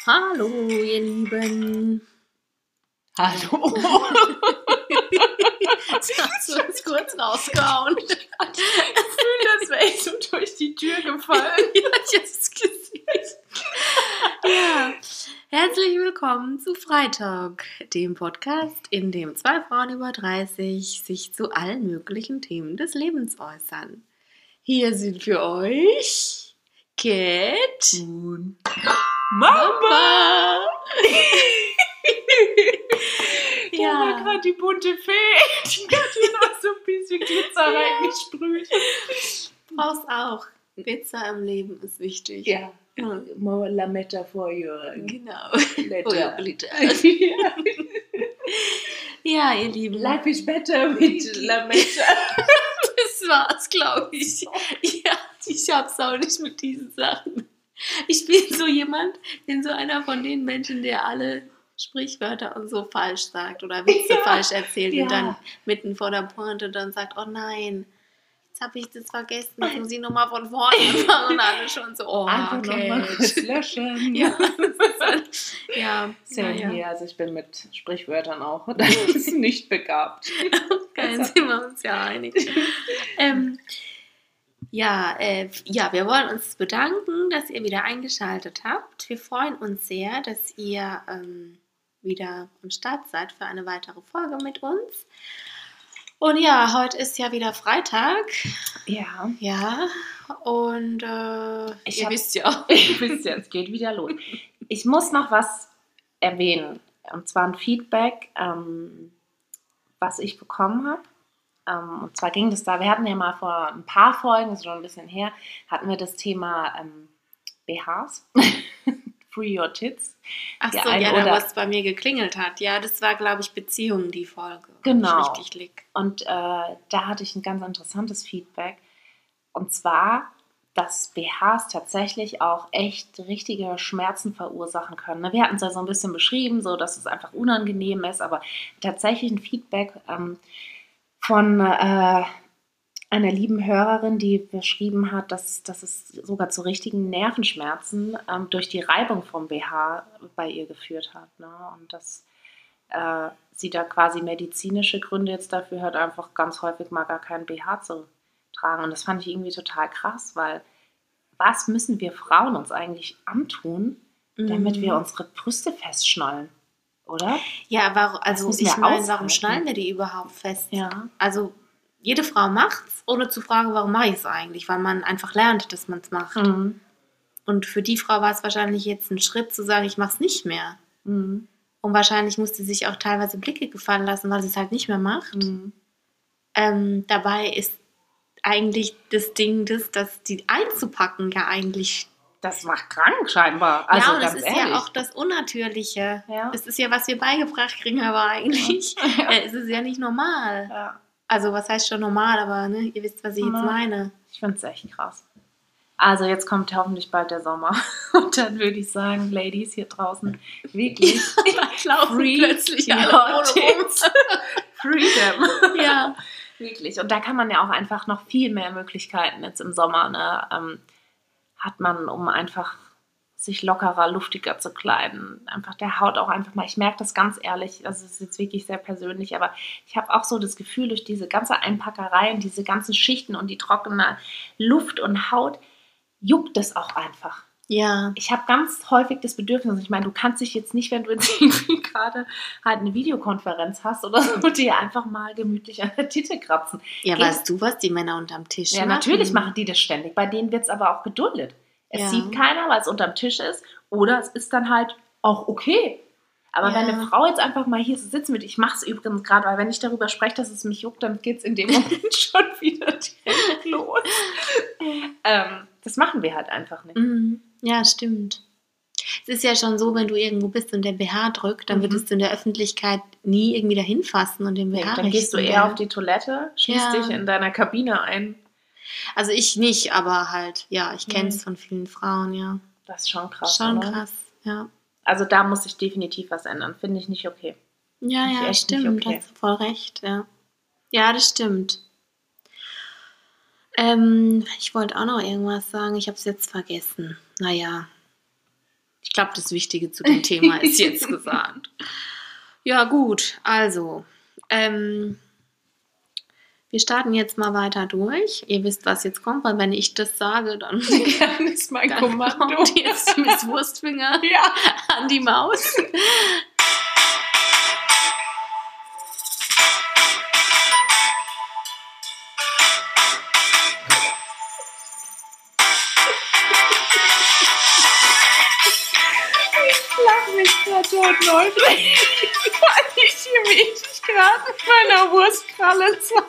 Hallo, ihr Lieben. Hallo. Das hast du uns kurz rausgehauen. Ich fühle, das wäre ich so durch die Tür gefallen. Ja, ich hab's es gesehen. Ja, herzlich willkommen zu Freitalk, dem Podcast, in dem zwei Frauen über 30 sich zu allen möglichen Themen des Lebens äußern. Hier sind für euch Cat Und Mama! Da war gerade die bunte Fee. Die hat hier noch so ein bisschen Glitzer reingesprüht. Brauchst auch. Glitzer im Leben ist wichtig. Ja. More Lametta for your Genau. letter. Ja. Ja, ihr Lieben. Life is better mit Lametta. Das war's, glaube ich. Ja, ich hab's auch nicht mit diesen Sachen. Ich bin so jemand, bin so einer von den Menschen, der alle Sprichwörter und so falsch sagt oder Witze falsch erzählt und dann mitten vor der Pointe dann sagt, oh nein, jetzt habe ich das vergessen, jetzt muss ich nochmal von vorne anfangen und alle schon so, oh, Einfach okay. nochmal kurz löschen. Ja, das ist halt, ja. Same naja. hier, also ich bin mit Sprichwörtern auch nicht begabt. Kein sind wir uns ja einig. Wir wollen uns bedanken, dass ihr wieder eingeschaltet habt. Wir freuen uns sehr, dass ihr wieder am Start seid für eine weitere Folge mit uns. Und ja, heute ist ja wieder Freitag. Ja. Ja, und ihr wisst ja. Ihr wisst ja, es geht wieder los. Ich muss noch was erwähnen. Und zwar ein Feedback, was ich bekommen habe. Und zwar ging das da, wir hatten ja mal vor ein paar Folgen, das ist schon ein bisschen her, hatten wir das Thema BHs. Free Your Tits. Ach so, da wo es bei mir geklingelt hat. Ja, das war, glaube ich, Beziehungen, die Folge. Genau. Wenn ich richtig lieg. Und da hatte ich ein ganz interessantes Feedback. Und zwar, dass BHs tatsächlich auch echt richtige Schmerzen verursachen können. Wir hatten es ja so ein bisschen beschrieben, so dass es einfach unangenehm ist, aber tatsächlich ein Feedback von einer lieben Hörerin, die beschrieben hat, dass es sogar zu richtigen Nervenschmerzen durch die Reibung vom BH bei ihr geführt hat. Ne? Und dass sie da quasi medizinische Gründe jetzt dafür hat, einfach ganz häufig mal gar keinen BH zu tragen. Und das fand ich irgendwie total krass, weil was müssen wir Frauen uns eigentlich antun, damit wir unsere Brüste festschnallen? Oder? Ja, warum schnallen wir die überhaupt fest? Ja. Also jede Frau macht's, ohne zu fragen, warum mache ich es eigentlich? Weil man einfach lernt, dass man es macht. Mhm. Und für die Frau war es wahrscheinlich jetzt ein Schritt zu sagen, ich mache es nicht mehr. Mhm. Und wahrscheinlich musste sie sich auch teilweise Blicke gefallen lassen, weil sie es halt nicht mehr macht. Mhm. Dabei ist eigentlich das Ding, das die einzupacken, ja eigentlich. Das macht krank scheinbar. Also ja, und ganz es ist ehrlich. ja auch das Unnatürliche. Ja. Es ist ja, was wir beigebracht kriegen, aber eigentlich es ist ja nicht normal. Ja. Also was heißt schon normal, aber ne, ihr wisst, was ich jetzt meine. Ich finde es echt krass. Also jetzt kommt hoffentlich bald der Sommer. Und dann würde ich sagen, Ladies hier draußen, wirklich Plötzlich alle your ohne rum. tits. Freedom. Ja. Wirklich. Und da kann man ja auch einfach noch viel mehr Möglichkeiten jetzt im Sommer, ne, hat man, um einfach sich lockerer, luftiger zu kleiden. Einfach der Haut auch einfach mal, ich merke das ganz ehrlich, also es ist jetzt wirklich sehr persönlich, aber ich habe auch so das Gefühl, durch diese ganze Einpackerei und diese ganzen Schichten und die trockene Luft und Haut, juckt es auch einfach. Ja. Ich habe ganz häufig das Bedürfnis, ich meine, du kannst dich jetzt nicht, wenn du jetzt irgendwie gerade halt eine Videokonferenz hast oder so, dir einfach mal gemütlich an der Titte kratzen. Ja, weißt du, was die Männer unterm Tisch Ja, machen? natürlich machen die das ständig. Bei denen wird es aber auch geduldet. Es sieht keiner, weil es unterm Tisch ist. Oder es ist dann halt auch okay. Aber wenn eine Frau jetzt einfach mal hier so sitzt mit, ich mache es übrigens gerade, weil wenn ich darüber spreche, dass es mich juckt, dann geht es in dem Moment schon wieder direkt los. Das machen wir halt einfach nicht. Ja, stimmt. Es ist ja schon so, wenn du irgendwo bist und der BH drückt, dann würdest du in der Öffentlichkeit nie irgendwie dahin fassen und den BH richten. Dann gehst du eher auf die Toilette, schließt dich in deiner Kabine ein. Also ich nicht, aber halt, ja, ich kenne es von vielen Frauen, ja. Das ist schon krass. Schon oder? krass, ja. Also da muss sich definitiv was ändern. Finde ich nicht okay. Ja, stimmt. Okay. Hast du voll recht, ja. Ja, das stimmt. Ich wollte auch noch irgendwas sagen. Ich habe es jetzt vergessen. Naja. Ich glaube, das Wichtige zu dem Thema ist jetzt gesagt. Ja, gut, also, wir starten jetzt mal weiter durch. Ihr wisst, was jetzt kommt, weil wenn ich das sage, dann ist mein Kommando. kommt jetzt Miss Wurstfinger an die Maus. Weil ich hier wirklich gerade mit meiner Wurstkralle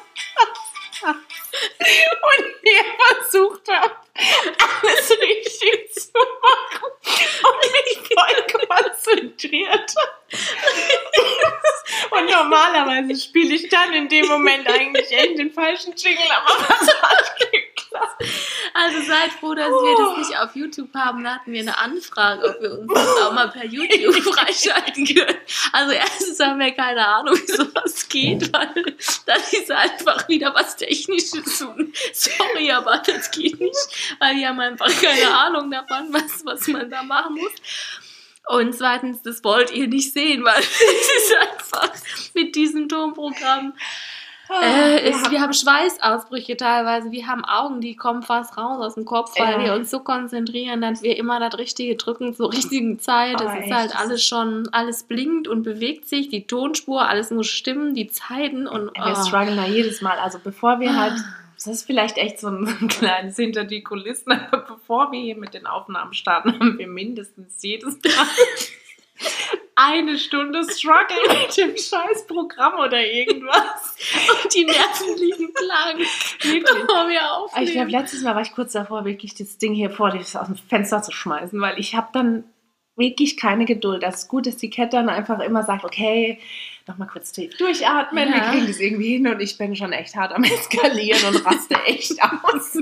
und hier versucht habe, alles richtig zu machen und mich voll konzentriert habe. Und normalerweise spiele ich dann in dem Moment eigentlich echt den falschen Jingle, aber was hat geklappt? Also seid froh, dass wir das nicht auf YouTube haben. Da hatten wir eine Anfrage, ob wir uns das auch mal per YouTube freischalten können. Also erstens haben wir keine Ahnung, wie sowas geht, weil dann ist einfach wieder was Technisches und sorry, aber das geht nicht, weil die haben einfach keine Ahnung davon, was man da machen muss. Und zweitens, das wollt ihr nicht sehen, weil es ist einfach mit diesem Tonprogramm. Wir haben Schweißausbrüche teilweise, wir haben Augen, die kommen fast raus aus dem Kopf, weil wir uns so konzentrieren, dass wir immer das Richtige drücken zur richtigen Zeit. Es ist halt alles blinkt und bewegt sich, die Tonspur, alles muss stimmen, die Zeiten und... Wir strugglen da jedes Mal, also bevor wir halt... Das ist vielleicht echt so ein kleines hinter die Kulissen, aber bevor wir hier mit den Aufnahmen starten, haben wir mindestens jedes Mal eine Stunde Struggle mit dem scheiß Programm oder irgendwas. Und die Nerven liegen blank, bevor wir aufnehmen. Ich glaube, letztes Mal war ich kurz davor, wirklich das Ding hier vor aus dem Fenster zu schmeißen, weil ich habe dann wirklich keine Geduld. Das ist gut, dass die Cat dann einfach immer sagt, okay, nochmal kurz tief durchatmen, wir kriegen das irgendwie hin und ich bin schon echt hart am Eskalieren und raste echt aus.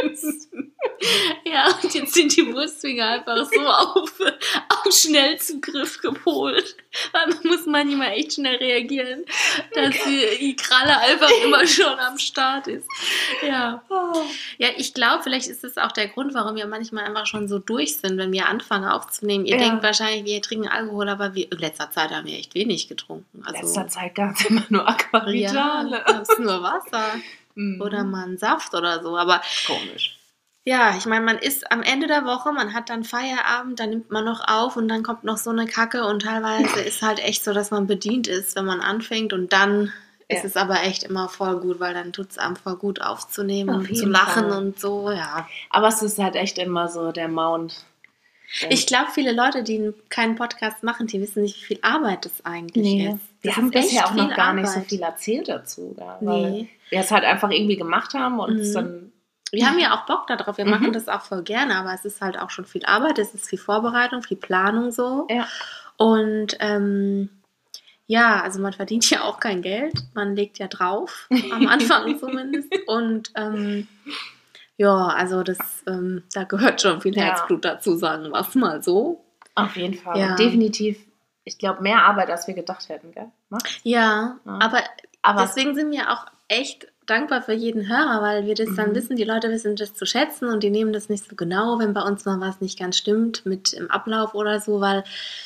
Ja, und jetzt sind die Wurstfinger einfach so auf Schnellzugriff gepolt. Weil man muss manchmal echt schnell reagieren, dass die Kralle einfach immer schon am Start ist. Ja, ja, ich glaube, vielleicht ist das auch der Grund, warum wir manchmal einfach schon so durch sind, wenn wir anfangen aufzunehmen. Ihr denkt wahrscheinlich, wir trinken Alkohol, aber in letzter Zeit haben wir echt wenig getrunken. In letzter Zeit gab es immer nur Aquavitale. Ja, es ist nur Wasser oder mal einen Saft oder so, aber komisch. Ja, ich meine, man ist am Ende der Woche, man hat dann Feierabend, dann nimmt man noch auf und dann kommt noch so eine Kacke und teilweise ist halt echt so, dass man bedient ist, wenn man anfängt und dann ist es aber echt immer voll gut, weil dann tut es einem voll gut aufzunehmen und zu lachen und so, ja. Aber es ist halt echt immer so der Mount. Ich glaube, viele Leute, die keinen Podcast machen, die wissen nicht, wie viel Arbeit das eigentlich ist. Wir haben bisher auch noch gar nicht so viel erzählt dazu, weil wir es halt einfach irgendwie gemacht haben und es dann... Wir haben ja auch Bock darauf, wir machen das auch voll gerne, aber es ist halt auch schon viel Arbeit, es ist viel Vorbereitung, viel Planung so. Ja. Und also man verdient ja auch kein Geld, man legt ja drauf, am Anfang zumindest. Und also das, da gehört schon viel Herzblut dazu, sagen wir es mal so. Auf jeden Fall, definitiv. Ich glaube, mehr Arbeit, als wir gedacht hätten, gell? Ja, aber deswegen sind wir auch echt dankbar für jeden Hörer, weil wir das dann wissen, die Leute wissen das zu schätzen und die nehmen das nicht so genau, wenn bei uns mal was nicht ganz stimmt mit im Ablauf oder so, weil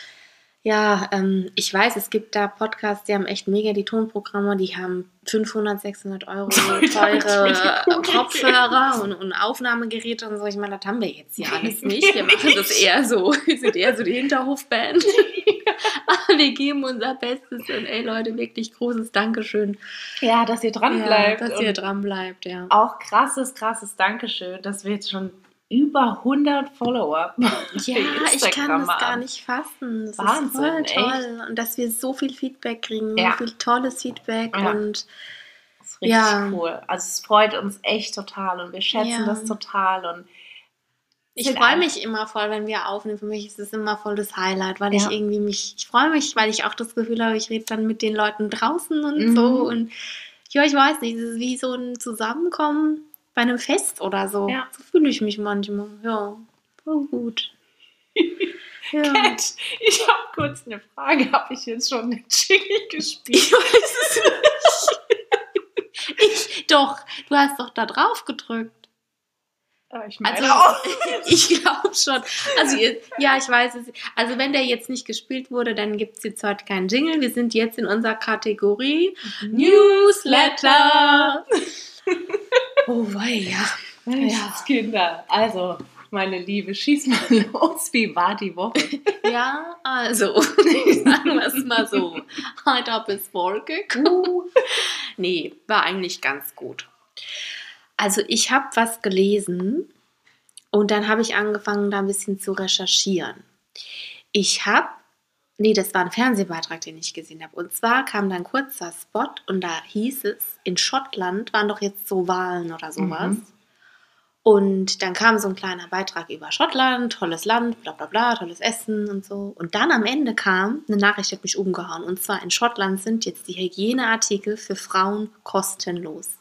ich weiß, es gibt da Podcasts, die haben echt mega die Tonprogramme, die haben 500, 600 Euro teure Kopfhörer und Aufnahmegeräte und so. Ich meine, das haben wir jetzt hier alles nicht. Wir machen das eher so. Wir sind eher so die Hinterhofband. Aber wir geben unser Bestes und Leute, wirklich großes Dankeschön. Ja, dass ihr dran bleibt. Dass ihr dran bleibt, ja. Auch krasses Dankeschön, dass wir jetzt schon über 100 Follower. Ja, ich kann das gar nicht fassen. Das Wahnsinn, ist voll toll. echt? Und dass wir so viel Feedback kriegen, so viel tolles Feedback. Ja. Und das ist richtig cool. Also es freut uns echt total und wir schätzen das total. Und ich freue mich immer voll, wenn wir aufnehmen. Für mich ist es immer voll das Highlight, weil ich freue mich, weil ich auch das Gefühl habe, ich rede dann mit den Leuten draußen und so. Und ich weiß nicht, es ist wie so ein Zusammenkommen bei einem Fest oder so. Ja. So fühle ich mich manchmal. Ja, voll gut. Cat, ich habe kurz eine Frage. Habe ich jetzt schon den Jingle gespielt? Ich weiß es nicht. Doch, du hast doch da drauf gedrückt. Ich meine Also, auch. ich glaube schon. Also, ja, ich weiß es. Also, wenn der jetzt nicht gespielt wurde, dann gibt es jetzt heute keinen Jingle. Wir sind jetzt in unserer Kategorie Newsletter. Oh, wei, ja. Kinder. Also, meine Liebe, schieß mal los. Wie war die Woche? Ja, also, sagen wir es mal so. Heute habe ich Wolke. Nee, war eigentlich ganz gut. Also ich habe was gelesen und dann habe ich angefangen, da ein bisschen zu recherchieren. Das war ein Fernsehbeitrag, den ich gesehen habe. Und zwar kam da ein kurzer Spot und da hieß es, in Schottland waren doch jetzt so Wahlen oder sowas. Und dann kam so ein kleiner Beitrag über Schottland, tolles Land, bla bla bla, tolles Essen und so. Und dann am Ende kam eine Nachricht, die hat mich umgehauen. Und zwar in Schottland sind jetzt die Hygieneartikel für Frauen kostenlos.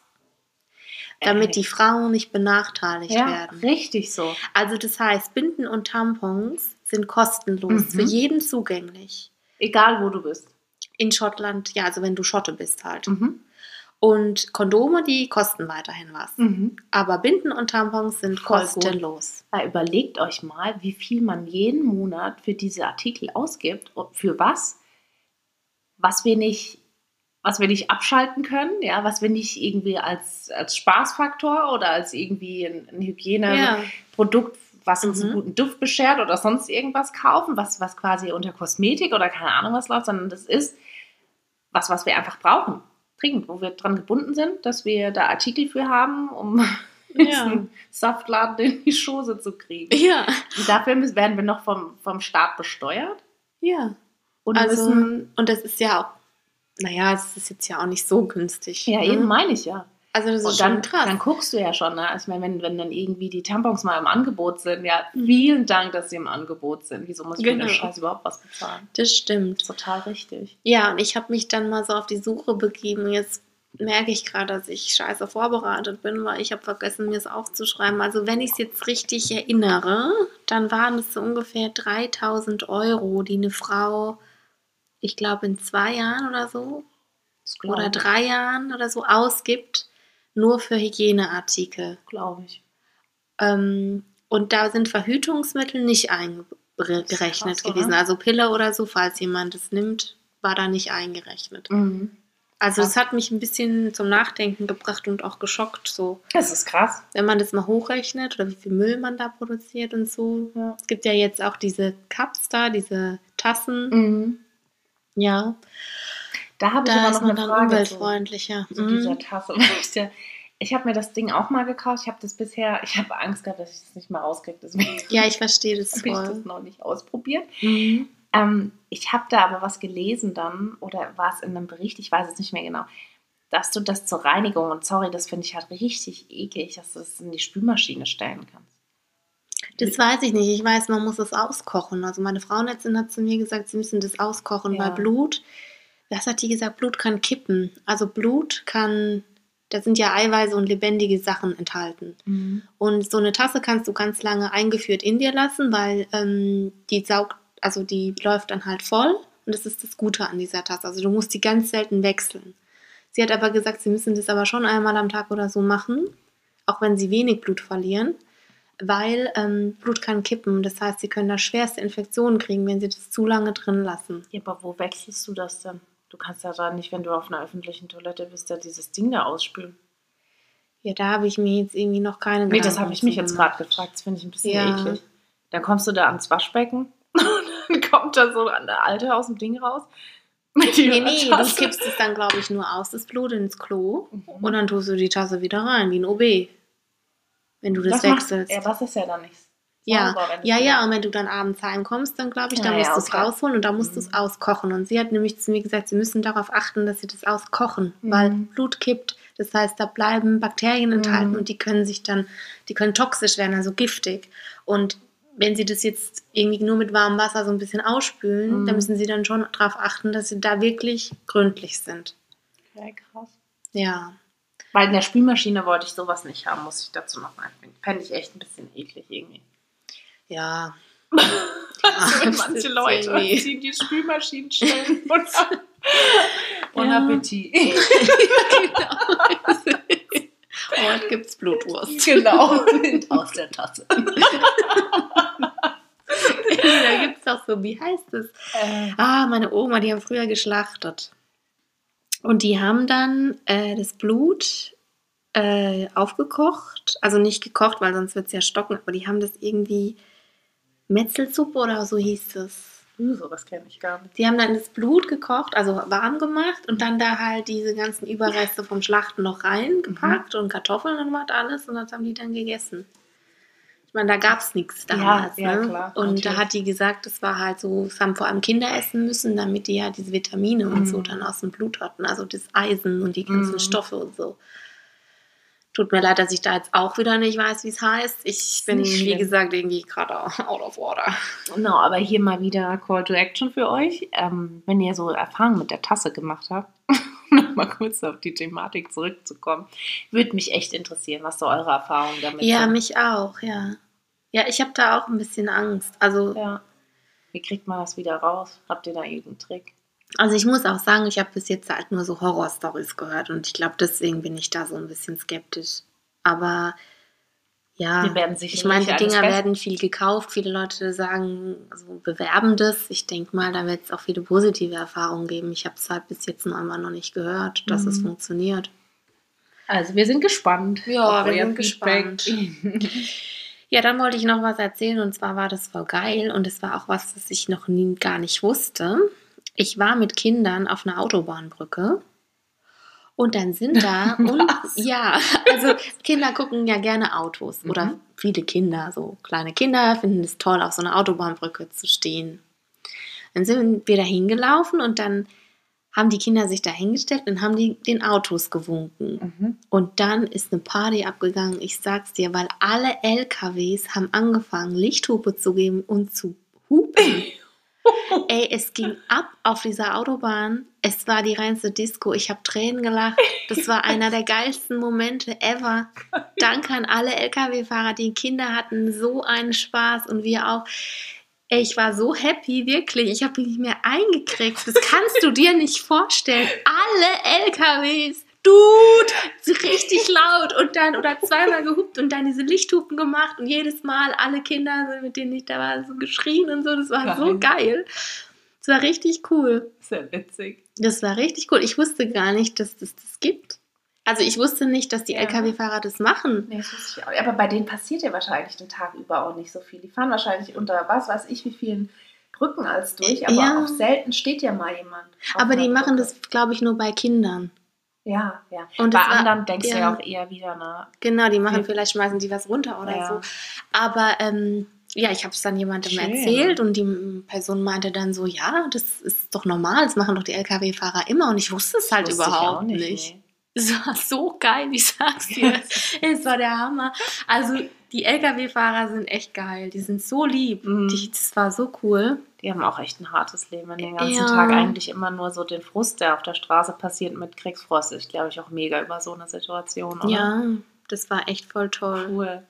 Damit die Frauen nicht benachteiligt werden. Ja, richtig so. Also das heißt, Binden und Tampons sind kostenlos, für jeden zugänglich. Egal, wo du bist. In Schottland, ja, also wenn du Schotte bist halt. Und Kondome, die kosten weiterhin was. Aber Binden und Tampons sind Voll kostenlos. Ja, überlegt euch mal, wie viel man jeden Monat für diese Artikel ausgibt. Und für was? Was wir nicht abschalten können, ja, was wir nicht irgendwie als Spaßfaktor oder als irgendwie ein Hygieneprodukt, was uns einen guten Duft beschert oder sonst irgendwas kaufen, was quasi unter Kosmetik oder keine Ahnung was läuft, sondern das ist was wir einfach brauchen, dringend, wo wir dran gebunden sind, dass wir da Artikel für haben, um diesen Saftladen in die Schoße zu kriegen. Ja. Und dafür werden wir noch vom Staat besteuert. Ja. Und und das ist ja auch, naja, es ist jetzt ja auch nicht so günstig. Ja, eben meine ich ja. Also das ist und dann, schon krass. Dann guckst du ja schon, ne? Ich meine, wenn dann irgendwie die Tampons mal im Angebot sind, ja, vielen Dank, dass sie im Angebot sind. Wieso muss ich für den Scheiß überhaupt was bezahlen? Das stimmt. Total richtig. Ja, und ich habe mich dann mal so auf die Suche begeben. Jetzt merke ich gerade, dass ich scheiße vorbereitet bin, weil ich habe vergessen, mir es aufzuschreiben. Also wenn ich es jetzt richtig erinnere, dann waren es so ungefähr 3.000 €, die eine Frau, ich glaube in 2 Jahren oder so, oder 3 Jahren oder so ausgibt, nur für Hygieneartikel. Glaube ich. Und da sind Verhütungsmittel nicht eingerechnet gewesen. Oder? Also Pille oder so, falls jemand es nimmt, war da nicht eingerechnet. Also das hat mich ein bisschen zum Nachdenken gebracht und auch geschockt. So. Das ist krass. Wenn man das mal hochrechnet oder wie viel Müll man da produziert und so. Ja. Es gibt ja jetzt auch diese Cups da, diese Tassen. Ja. Da habe ich aber noch eine Frage umweltfreundlicher. zu dieser Tasse. Ich habe mir das Ding auch mal gekauft. Ich habe Angst gehabt, dass ich das nicht mehr rauskriege. Deswegen ja, ich verstehe das voll. Habe ich das noch nicht ausprobiert. Ich habe da aber was gelesen dann, oder war es in einem Bericht, ich weiß es nicht mehr genau, dass du das zur Reinigung, und sorry, das finde ich halt richtig eklig, dass du das in die Spülmaschine stellen kannst. Das weiß ich nicht. Ich weiß, man muss es auskochen. Also meine Frauenärztin hat zu mir gesagt, sie müssen das auskochen, weil Blut, was hat die gesagt? Blut kann kippen. Also Blut kann, da sind ja Eiweiße und lebendige Sachen enthalten. Und so eine Tasse kannst du ganz lange eingeführt in dir lassen, weil die läuft dann halt voll. Und das ist das Gute an dieser Tasse. Also du musst die ganz selten wechseln. Sie hat aber gesagt, sie müssen das aber schon einmal am Tag oder so machen, auch wenn sie wenig Blut verlieren. Weil Blut kann kippen. Das heißt, sie können da schwerste Infektionen kriegen, wenn sie das zu lange drin lassen. Ja, aber wo wechselst du das denn? Du kannst ja da nicht, wenn du auf einer öffentlichen Toilette bist, da dieses Ding da ausspülen. Ja, da habe ich mir jetzt irgendwie noch keine Gedanken. Nee, das habe ich mich jetzt gerade gefragt. Das finde ich ein bisschen eklig. Dann kommst du da ans Waschbecken und dann kommt da so eine Alte aus dem Ding raus. Nee, du kippst es dann, glaube ich, nur aus, das Blut ins Klo. Und dann tust du die Tasse wieder rein, wie ein OB. Wenn du das wechselst. Was ist ja dann nichts? Ja, und wenn du dann abends heimkommst, dann glaube ich, dann musst du es rausholen und dann musst du es auskochen. Und sie hat nämlich zu mir gesagt, sie müssen darauf achten, dass sie das auskochen, weil Blut kippt. Das heißt, da bleiben Bakterien enthalten und die können toxisch werden, also giftig. Und wenn sie das jetzt irgendwie nur mit warmem Wasser so ein bisschen ausspülen, dann müssen sie dann schon darauf achten, dass sie da wirklich gründlich sind. Okay, krass. Ja. Weil in der Spülmaschine wollte ich sowas nicht haben, muss ich dazu noch einbringen. Fände ich echt ein bisschen eklig irgendwie. Ja. Also manche Leute ziehen die Spülmaschinen stellen Bon Appetit. Heute gibt's Blutwurst. Genau, aus der Tasse. Da gibt's doch so, wie heißt es? Meine Oma, die haben früher geschlachtet. Und die haben dann das Blut aufgekocht. Also nicht gekocht, weil sonst wird es ja stocken. Aber die haben das irgendwie Metzelsuppe oder so hieß es. Sowas kenne ich gar nicht. Die haben dann das Blut gekocht, also warm gemacht und dann da halt diese ganzen Überreste vom Schlachten noch reingepackt und Kartoffeln und was alles und das haben die dann gegessen. Ich meine, da gab es nichts damals. Ja, ne? klar. Und natürlich. da hat die gesagt, das war halt so, das haben vor allem Kinder essen müssen, damit die ja diese Vitamine und so dann aus dem Blut hatten, also das Eisen und die ganzen Stoffe und so. Tut mir leid, dass ich da jetzt auch wieder nicht weiß, wie es heißt. Ich bin, nicht wie schlimm. gesagt, irgendwie gerade out of order. Genau, aber hier mal wieder Call to Action für euch. Wenn ihr so Erfahrungen mit der Tasse gemacht habt, um mal kurz auf die Thematik zurückzukommen, würde mich echt interessieren, was so eure Erfahrungen damit Ja, sind. mich auch, ja. Ja, ich habe da auch ein bisschen Angst. Also Wie kriegt man das wieder raus? Habt ihr da irgendeinen Trick? Also ich muss auch sagen, ich habe bis jetzt halt nur so Horror-Stories gehört und ich glaube, deswegen bin ich da so ein bisschen skeptisch. Aber ja, Wir werden sicherlich ich meine, die alles Dinger besser. werden viel gekauft. Viele Leute sagen, also bewerben das. Ich denke mal, da wird es auch viele positive Erfahrungen geben. Ich habe es halt bis jetzt noch einmal noch nicht gehört, dass es funktioniert. Also wir sind gespannt. Ja, auf wir euer sind Feedback. gespannt. Ja, dann wollte ich noch was erzählen und zwar war das voll geil und es war auch was, das ich noch nie gar nicht wusste. Ich war mit Kindern auf einer Autobahnbrücke und dann sind da ja, also Kinder gucken ja gerne Autos oder viele Kinder, so kleine Kinder finden es toll, auf so einer Autobahnbrücke zu stehen. Dann sind wir da hingelaufen und dann haben die Kinder sich da hingestellt und haben die den Autos gewunken. Und dann ist eine Party abgegangen, ich sag's dir, weil alle LKWs haben angefangen, Lichthupe zu geben und zu hupen. Ey, es ging ab auf dieser Autobahn. Es war die reinste Disco. Ich habe Tränen gelacht. Das war einer der geilsten Momente ever. Danke an alle LKW-Fahrer. Die Kinder hatten so einen Spaß und wir auch. Ey, ich war so happy, wirklich. Ich habe mich nicht mehr eingekriegt. Das kannst du dir nicht vorstellen. Alle LKWs. Dude, richtig laut und dann oder zweimal gehupt und dann diese Lichthupen gemacht und jedes Mal alle Kinder, mit denen ich da war, so geschrien und so. Das war so geil. Das war richtig cool. Sehr witzig. Das war richtig cool. Ich wusste gar nicht, dass das gibt. Also ich wusste nicht, dass die LKW-Fahrer das machen. Nee, das wusste ich auch. Aber bei denen passiert ja wahrscheinlich den Tag über auch nicht so viel. Die fahren wahrscheinlich unter was weiß ich wie vielen Brücken als durch, aber auch selten steht ja mal jemand. Aber die machen das, glaube ich, nur bei Kindern. Ja, ja. Und bei anderen denkst du ja auch eher wieder, Genau, die machen vielleicht, schmeißen die was runter oder so. Aber ich habe es dann jemandem erzählt und die Person meinte dann so, ja, das ist doch normal, das machen doch die LKW-Fahrer immer und ich wusste es halt überhaupt nicht. Nee. Es war so geil, ich sag's dir. Es war der Hammer. Also die LKW-Fahrer sind echt geil, die sind so lieb. Das war so cool. Die haben auch echt ein hartes Leben, wenn den ganzen Tag eigentlich immer nur so den Frust, der auf der Straße passiert, mitkriegst, freust du dich, glaube ich, auch mega über so eine Situation, oder? Ja, das war echt voll toll. Cool.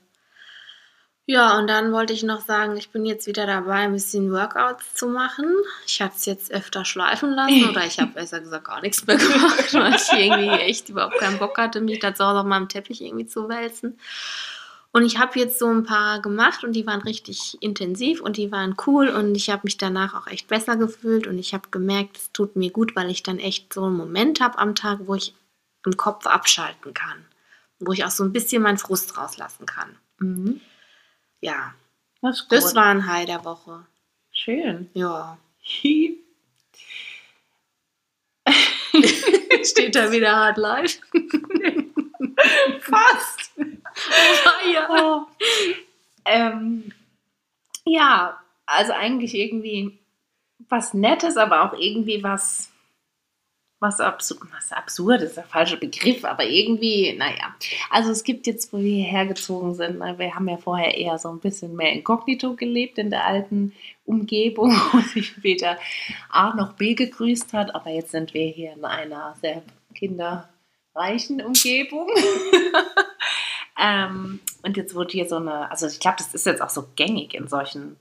Ja, und dann wollte ich noch sagen, ich bin jetzt wieder dabei, ein bisschen Workouts zu machen. Ich habe es jetzt öfter schleifen lassen oder ich habe besser gesagt gar nichts mehr gemacht, weil ich irgendwie echt überhaupt keinen Bock hatte, mich da zu Hause auf meinem Teppich irgendwie zu wälzen. Und ich habe jetzt so ein paar gemacht und die waren richtig intensiv und die waren cool und ich habe mich danach auch echt besser gefühlt und ich habe gemerkt, es tut mir gut, weil ich dann echt so einen Moment habe am Tag, wo ich im Kopf abschalten kann, wo ich auch so ein bisschen meinen Frust rauslassen kann. Ja, das war ein High der Woche. Schön. Ja. Steht da wieder Hard Life? Fast. Ja, also eigentlich irgendwie was Nettes, aber auch irgendwie was absurd ist der falsche Begriff, aber irgendwie, naja. Also es gibt jetzt, wo wir hierher gezogen sind, wir haben ja vorher eher so ein bisschen mehr inkognito gelebt in der alten Umgebung, wo sich weder A noch B gegrüßt hat, aber jetzt sind wir hier in einer sehr kinderreichen Umgebung. Und jetzt wurde hier so eine, also ich glaube, das ist jetzt auch so gängig in solchen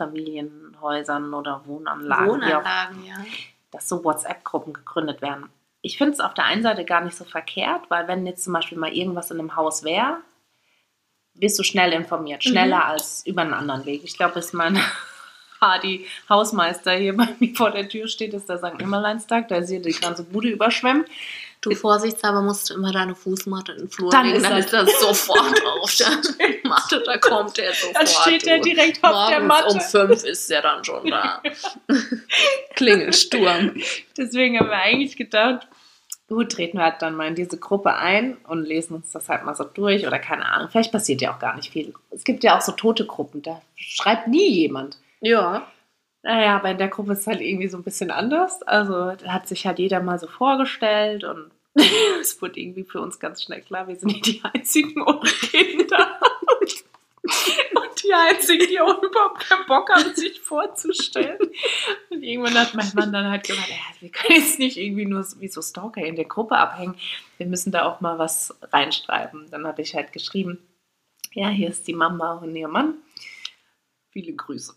Mehrfamilienhäusern oder Wohnanlagen. Wohnanlagen, ja. Dass so WhatsApp-Gruppen gegründet werden. ich finde es auf der einen Seite gar nicht so verkehrt, weil wenn jetzt zum Beispiel mal irgendwas in einem Haus wäre, wirst du schnell informiert, schneller als über einen anderen Weg. Ich glaube, bis mein Hardy Hausmeister hier bei mir vor der Tür steht, ist der St. Nimmerleinstag, da ist hier die ganze Bude überschwemmt. Du vorsichtshalber musst du immer deine Fußmatte in den Flur Dann legen, dann ist ist das sofort auf der Matte, da kommt der sofort. Dann steht der direkt auf der Matte. Um 5 ist der dann schon da. Klingelsturm. Deswegen haben wir eigentlich gedacht, gut, treten wir halt dann mal in diese Gruppe ein und lesen uns das halt mal so durch oder keine Ahnung, vielleicht passiert ja auch gar nicht viel. Es gibt ja auch so tote Gruppen, da schreibt nie jemand. Ja. Naja, aber in der Gruppe ist es halt irgendwie so ein bisschen anders. Also da hat sich halt jeder mal so vorgestellt und es wurde irgendwie für uns ganz schnell klar, wir sind nicht die Einzigen ohne Kinder. Und die Einzigen, die auch überhaupt keinen Bock haben, sich vorzustellen. Und irgendwann hat mein Mann dann halt gesagt, wir können jetzt nicht irgendwie nur wie so Stalker in der Gruppe abhängen. Wir müssen da auch mal was reinschreiben. Dann habe ich halt geschrieben, ja, hier ist die Mama und ihr Mann. Viele Grüße.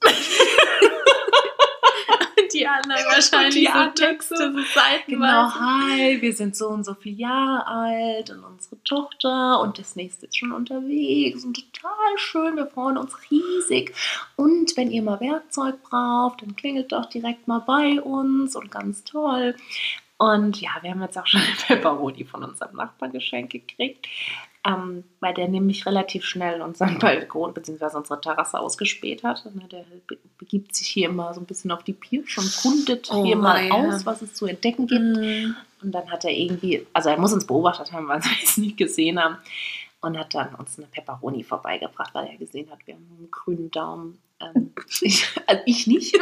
Die anderen wahrscheinlich die so Texte, so Seiten. Genau, hi, wir sind so und so viele Jahre alt und unsere Tochter und das nächste ist schon unterwegs und total schön, wir freuen uns riesig. Und wenn ihr mal Werkzeug braucht, dann klingelt doch direkt mal bei uns und ganz toll. Und ja, wir haben jetzt auch schon eine Pepperoni von unserem Nachbarn geschenkt gekriegt, weil der nämlich relativ schnell unseren Balkon bzw. unsere Terrasse ausgespäht hat. Der begibt sich hier immer so ein bisschen auf die Pirsch und kundet hier mal aus, was es zu entdecken gibt. Und dann hat er irgendwie, also er muss uns beobachtet haben, weil wir es nicht gesehen haben, und hat dann uns eine Pepperoni vorbeigebracht, weil er gesehen hat, wir haben einen grünen Daumen. Ich nicht.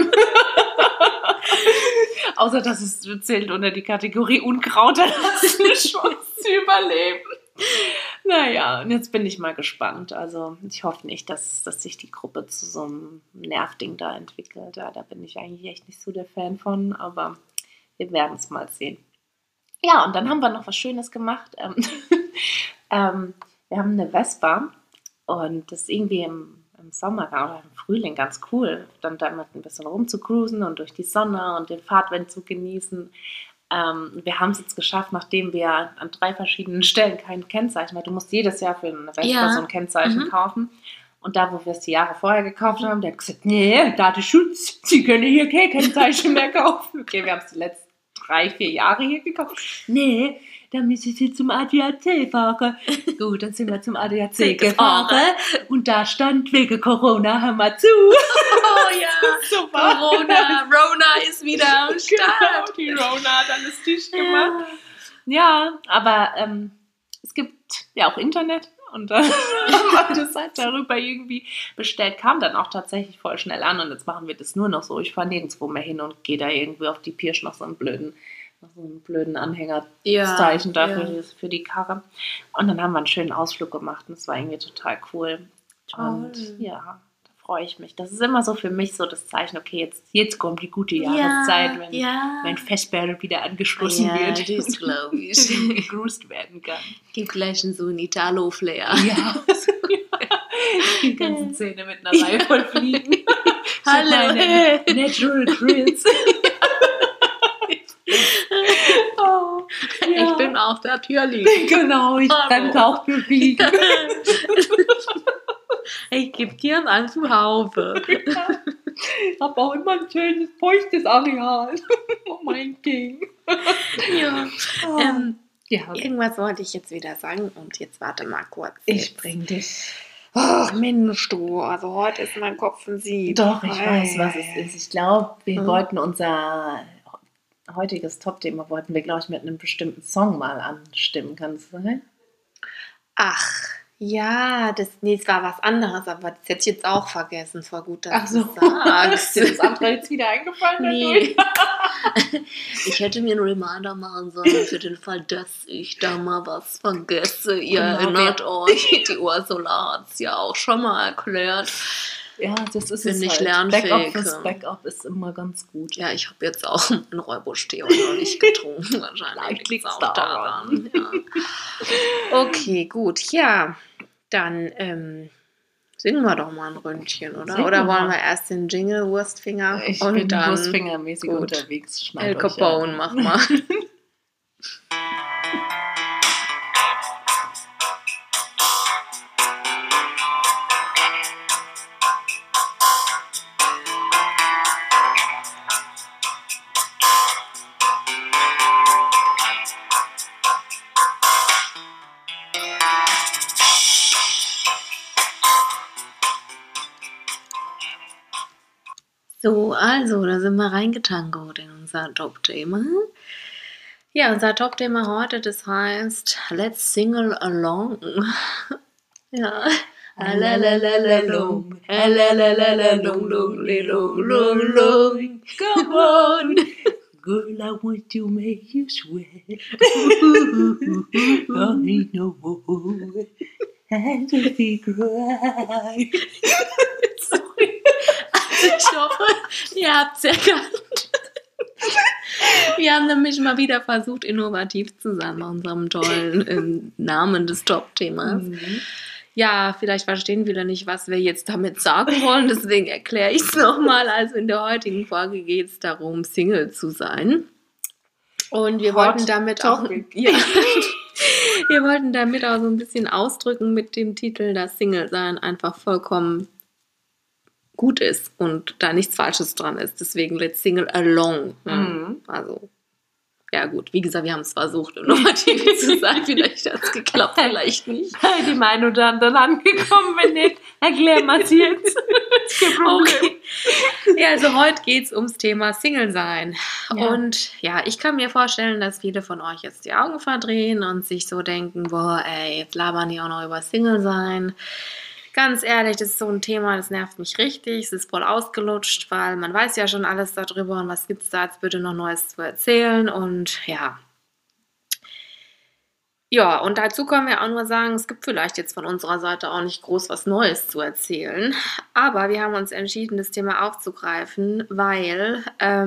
Außer, dass es zählt unter die Kategorie Unkraut, dann hast du eine Chance zu überleben. Naja, und jetzt bin ich mal gespannt. Also ich hoffe nicht, dass sich die Gruppe zu so einem Nervding da entwickelt. Ja, da bin ich eigentlich echt nicht so der Fan von, aber wir werden es mal sehen. Ja, und dann haben wir noch was Schönes gemacht. Wir haben eine Vespa und das ist irgendwie im Sommer oder im Frühling ganz cool, dann damit ein bisschen rumzucruisen und durch die Sonne und den Fahrtwind zu genießen. Wir haben es jetzt geschafft, nachdem wir an 3 verschiedenen Stellen kein Kennzeichen, weil du musst jedes Jahr für eine Vespa so ein Kennzeichen kaufen. Und da, wo wir es die Jahre vorher gekauft haben, der hat gesagt, nee, Datenschutz, Sie können hier kein Kennzeichen mehr kaufen. Okay, wir haben es die letzten 3-4 Jahre hier gekauft. Nee, dann müssen Sie zum ADAC fahren. Gut, dann sind wir zum ADAC gefahren und da stand, wegen Corona haben wir zu. Oh ja, super. Rona ist wieder am Start. Genau, die Rona hat alles dicht gemacht. Ja, aber es gibt ja auch Internet und dann haben wir das halt darüber irgendwie bestellt, kam dann auch tatsächlich voll schnell an und jetzt machen wir das nur noch so. Ich fahre nirgendwo mehr hin und gehe da irgendwie auf die Pirsch noch so einen blöden Anhängerzeichen für die Karre. Und dann haben wir einen schönen Ausflug gemacht und es war irgendwie total cool. Und ja, da freue ich mich. Das ist immer so für mich so das Zeichen, okay, jetzt kommt die gute Jahreszeit, wenn mein Vesper wieder angeschlossen wird. Das glaube ich. Gegrüßt werden kann. Gibt gleich so ein Italo-Flair. Ja. Die ganzen Zähne mit einer Reihe voll fliegen. Hallo. Natural Grills. Oh, ja. Ich bin auch natürlich. Genau, ich kann auch bewegen. Ich gebe dir ein Zuhause. Ich habe auch immer ein schönes, feuchtes Areal. Oh mein King. Ja. Ja. Irgendwas wollte ich jetzt wieder sagen und jetzt warte mal kurz. Ich bring dich. Ach Mensch, du, also heute ist mein Kopf ein Sieb. Doch, ich weiß, was es ist. Ich glaube, wir wollten unser heutiges Top-Thema, glaube ich, mit einem bestimmten Song mal anstimmen. Kannst du sein? Ach, ja, das war was anderes, aber das hätte ich jetzt auch vergessen. Voll gut, dass du sagst. Ist dir das andere jetzt wieder eingefallen? Nee. Ich hätte mir einen Reminder machen sollen für den Fall, dass ich da mal was vergesse. Ihr erinnert euch, die Ursula hat es ja auch schon mal erklärt. Ja, das ist Bin nicht lernfähig. Backup ist immer ganz gut. Ja, ich habe jetzt auch einen Räubusch-Tee noch nicht getrunken. Wahrscheinlich liegt es auch daran. Ja. Okay, gut. Ja, dann singen wir doch mal ein Ründchen, oder? Oder wollen wir erst den Jingle Wurstfinger ich und bin dann Wurstfingermäßig unterwegs. El Capone, mach mal. So, also, da sind wir reingetangert in unser Top-Thema. Ja, unser Top-Thema heute, das heißt Let's Single Along. Ja. Alalalalong, alalalalong, long, long, long, long. Come on. Girl, I want to make you sweat. I ain't no more. And to be cry. Sorry. Also ich hoffe, ihr habt es erkannt. Wir haben nämlich mal wieder versucht, innovativ zu sein bei unserem tollen Namen des Top-Themas. Ja, vielleicht verstehen wir nicht, was wir jetzt damit sagen wollen, deswegen erkläre ich es nochmal. Also in der heutigen Folge geht es darum, Single zu sein. Und wir wollten damit auch, ja, wir wollten damit auch so ein bisschen ausdrücken mit dem Titel, dass Single-Sein einfach vollkommen gut ist und da nichts Falsches dran ist. Deswegen Let's Single Along. Ja. Also, ja gut, wie gesagt, wir haben es versucht, innovativ zu sein. Vielleicht hat es geklappt, vielleicht nicht. Die Meinung oder anderen angekommen, wenn nicht, erklär mal jetzt. Okay. Ja, also heute geht es ums Thema Single sein. Ja. Und ja, ich kann mir vorstellen, dass viele von euch jetzt die Augen verdrehen und sich so denken, boah, ey, jetzt labern die auch noch über Single sein. Ganz ehrlich, das ist so ein Thema, das nervt mich richtig. Es ist voll ausgelutscht, weil man weiß ja schon alles darüber und was gibt es da jetzt bitte noch Neues zu erzählen und ja. Ja, und dazu können wir auch nur sagen, es gibt vielleicht jetzt von unserer Seite auch nicht groß was Neues zu erzählen, aber wir haben uns entschieden, das Thema aufzugreifen, weil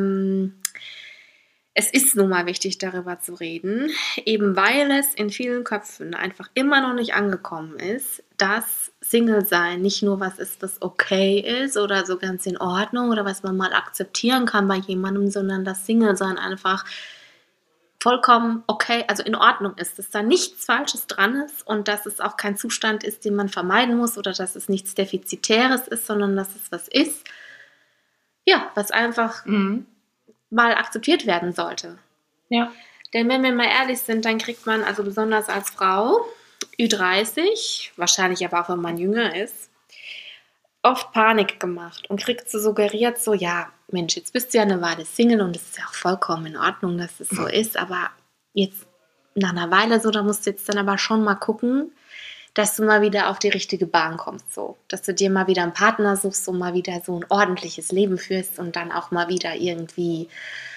es ist nun mal wichtig, darüber zu reden, eben weil es in vielen Köpfen einfach immer noch nicht angekommen ist, dass Single-Sein nicht nur was ist, was okay ist oder so ganz in Ordnung oder was man mal akzeptieren kann bei jemandem, sondern dass Single-Sein einfach vollkommen okay, also in Ordnung ist, dass da nichts Falsches dran ist und dass es auch kein Zustand ist, den man vermeiden muss oder dass es nichts Defizitäres ist, sondern dass es was ist, ja, was einfach mal akzeptiert werden sollte. Ja. Denn wenn wir mal ehrlich sind, dann kriegt man, also besonders als Frau, Ü30, wahrscheinlich aber auch, wenn man jünger ist, oft Panik gemacht und kriegt so suggeriert, so, ja, Mensch, jetzt bist du ja eine Weile Single und es ist ja auch vollkommen in Ordnung, dass es so ist, aber jetzt nach einer Weile so, da musst du jetzt dann aber schon mal gucken, dass du mal wieder auf die richtige Bahn kommst, so, dass du dir mal wieder einen Partner suchst und mal wieder so ein ordentliches Leben führst und dann auch mal wieder irgendwie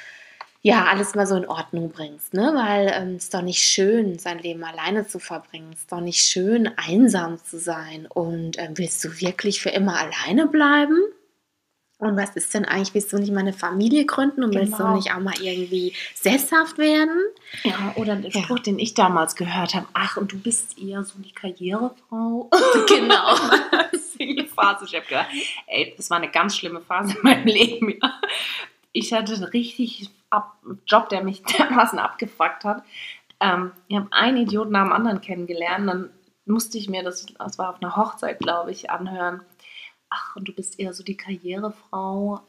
ja, alles mal so in Ordnung bringst, ne? Weil es ist doch nicht schön, sein Leben alleine zu verbringen. Es ist doch nicht schön, einsam zu sein. Und willst du wirklich für immer alleine bleiben? Und was ist denn eigentlich, willst du nicht mal eine Familie gründen und willst du nicht auch mal irgendwie sesshaft werden? Ja, oder der Spruch, den ich damals gehört habe, ach, und du bist eher so die Karrierefrau. Genau. Single-Phase, ich habe gedacht, ey, das war eine ganz schlimme Phase in meinem Leben, ja. Ich hatte einen richtig Job, der mich dermaßen abgefuckt hat. Ich habe einen Idioten nach dem anderen kennengelernt. Dann musste ich mir, das war auf einer Hochzeit, glaube ich, anhören. Ach, und du bist eher so die Karrierefrau.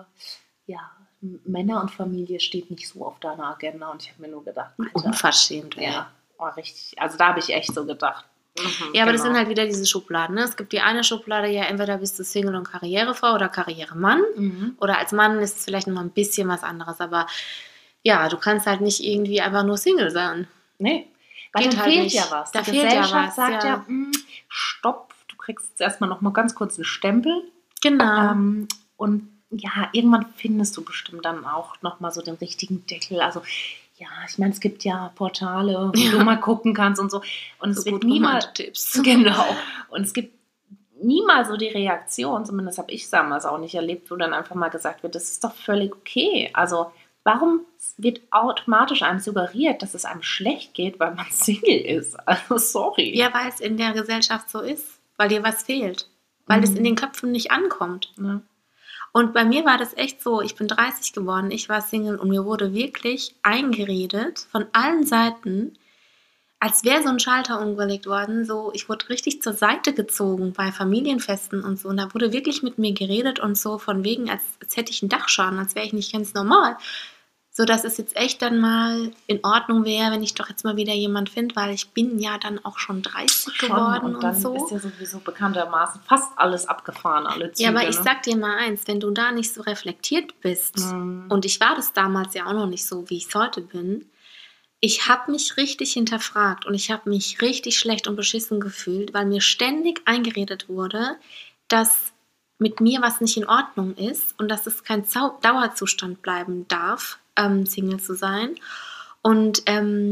Ja, Männer und Familie steht nicht so auf deiner Agenda. Und ich habe mir nur gedacht, Alter, unverschämt. Ja, richtig. Also da habe ich echt so gedacht. Ja, aber das sind halt wieder diese Schubladen. Ne? Es gibt die eine Schublade, ja, entweder bist du Single und Karrierefrau oder Karrieremann. Oder als Mann ist es vielleicht noch mal ein bisschen was anderes. Aber ja, du kannst halt nicht irgendwie einfach nur Single sein. Nee, weil dann halt fehlt nicht. ja was. Da Die fehlt Gesellschaft ja was, sagt ja, stopp, du kriegst jetzt erstmal noch mal ganz kurz einen Stempel. Genau. Und ja, irgendwann findest du bestimmt dann auch noch mal so den richtigen Deckel. Also ja, ich meine, es gibt ja Portale, wo du mal gucken kannst und so. Und so es wird niemals Tipps. Genau. Und es gibt niemals so die Reaktion, zumindest habe ich es damals auch nicht erlebt, wo dann einfach mal gesagt wird, das ist doch völlig okay. Also warum wird automatisch einem suggeriert, dass es einem schlecht geht, weil man Single ist? Also sorry. Ja, weil es in der Gesellschaft so ist. Weil dir was fehlt. Weil es in den Köpfen nicht ankommt. Ja. Und bei mir war das echt so, ich bin 30 geworden, ich war Single und mir wurde wirklich eingeredet von allen Seiten, als wäre so ein Schalter umgelegt worden. So, ich wurde richtig zur Seite gezogen bei Familienfesten und so. Und da wurde wirklich mit mir geredet und so von wegen, als hätte ich einen Dachschaden, als wäre ich nicht ganz normal. So dass es jetzt echt dann mal in Ordnung wäre, wenn ich doch jetzt mal wieder jemand finde, weil ich bin ja dann auch schon 30 geworden und dann so. ist ja sowieso bekanntermaßen fast alles abgefahren, alle Züge. Ja, aber ich sag dir mal eins, wenn du da nicht so reflektiert bist, und ich war das damals ja auch noch nicht so, wie ich es heute bin, ich habe mich richtig hinterfragt und ich habe mich richtig schlecht und beschissen gefühlt, weil mir ständig eingeredet wurde, dass mit mir was nicht in Ordnung ist und dass es kein Dauerzustand bleiben darf, Single zu sein. Und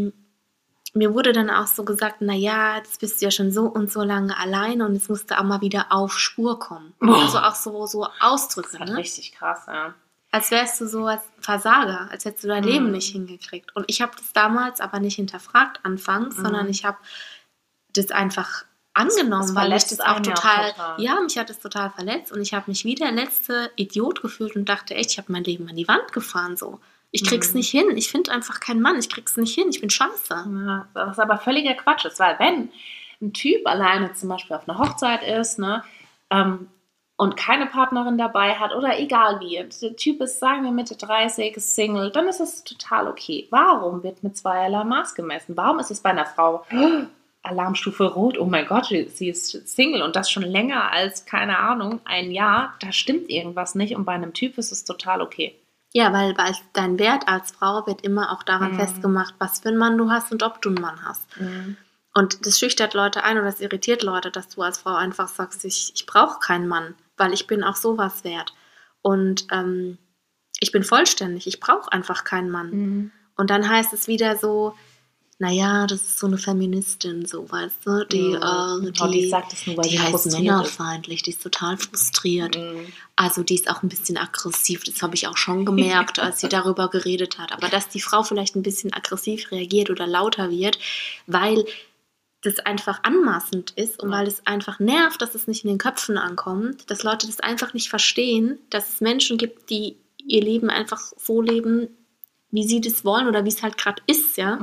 mir wurde dann auch so gesagt, naja, jetzt bist du ja schon so und so lange alleine und jetzt musst du auch mal wieder auf Spur kommen. Also auch so Ausdrücke. Das ist halt richtig krass, ja. Als wärst du so als Versager, als hättest du dein Leben nicht hingekriegt. Und ich habe das damals aber nicht hinterfragt anfangs, sondern ich habe das einfach angenommen, weil ich das auch total, mich hat das total verletzt und ich habe mich wie der letzte Idiot gefühlt und dachte echt, ich habe mein Leben an die Wand gefahren so. Ich krieg's nicht hin, ich finde einfach keinen Mann, ich krieg's nicht hin, ich bin scheiße. Ja, was aber völliger Quatsch ist, weil wenn ein Typ alleine zum Beispiel auf einer Hochzeit ist, ne, und keine Partnerin dabei hat oder egal wie, der Typ ist, sagen wir Mitte 30, ist Single, dann ist es total okay. Warum wird mit zweierlei Maß gemessen? Warum ist es bei einer Frau Alarmstufe Rot, oh mein Gott, sie ist Single und das schon länger als, keine Ahnung, ein Jahr, da stimmt irgendwas nicht und bei einem Typ ist es total okay. Ja, weil dein Wert als Frau wird immer auch daran festgemacht, was für einen Mann du hast und ob du einen Mann hast. Und das schüchtert Leute ein oder das irritiert Leute, dass du als Frau einfach sagst, ich brauche keinen Mann, weil ich bin auch sowas wert. Und ich bin vollständig, ich brauche einfach keinen Mann. Und dann heißt es wieder so, naja, das ist so eine Feministin, so, weißt du, die sagt es nur, weil die heißt männerfeindlich, die ist total frustriert. Also die ist auch ein bisschen aggressiv, das habe ich auch schon gemerkt, als sie darüber geredet hat. Aber dass die Frau vielleicht ein bisschen aggressiv reagiert oder lauter wird, weil das einfach anmaßend ist und weil es einfach nervt, dass es nicht in den Köpfen ankommt, dass Leute das einfach nicht verstehen, dass es Menschen gibt, die ihr Leben einfach so leben, wie sie das wollen oder wie es halt gerade ist, ja.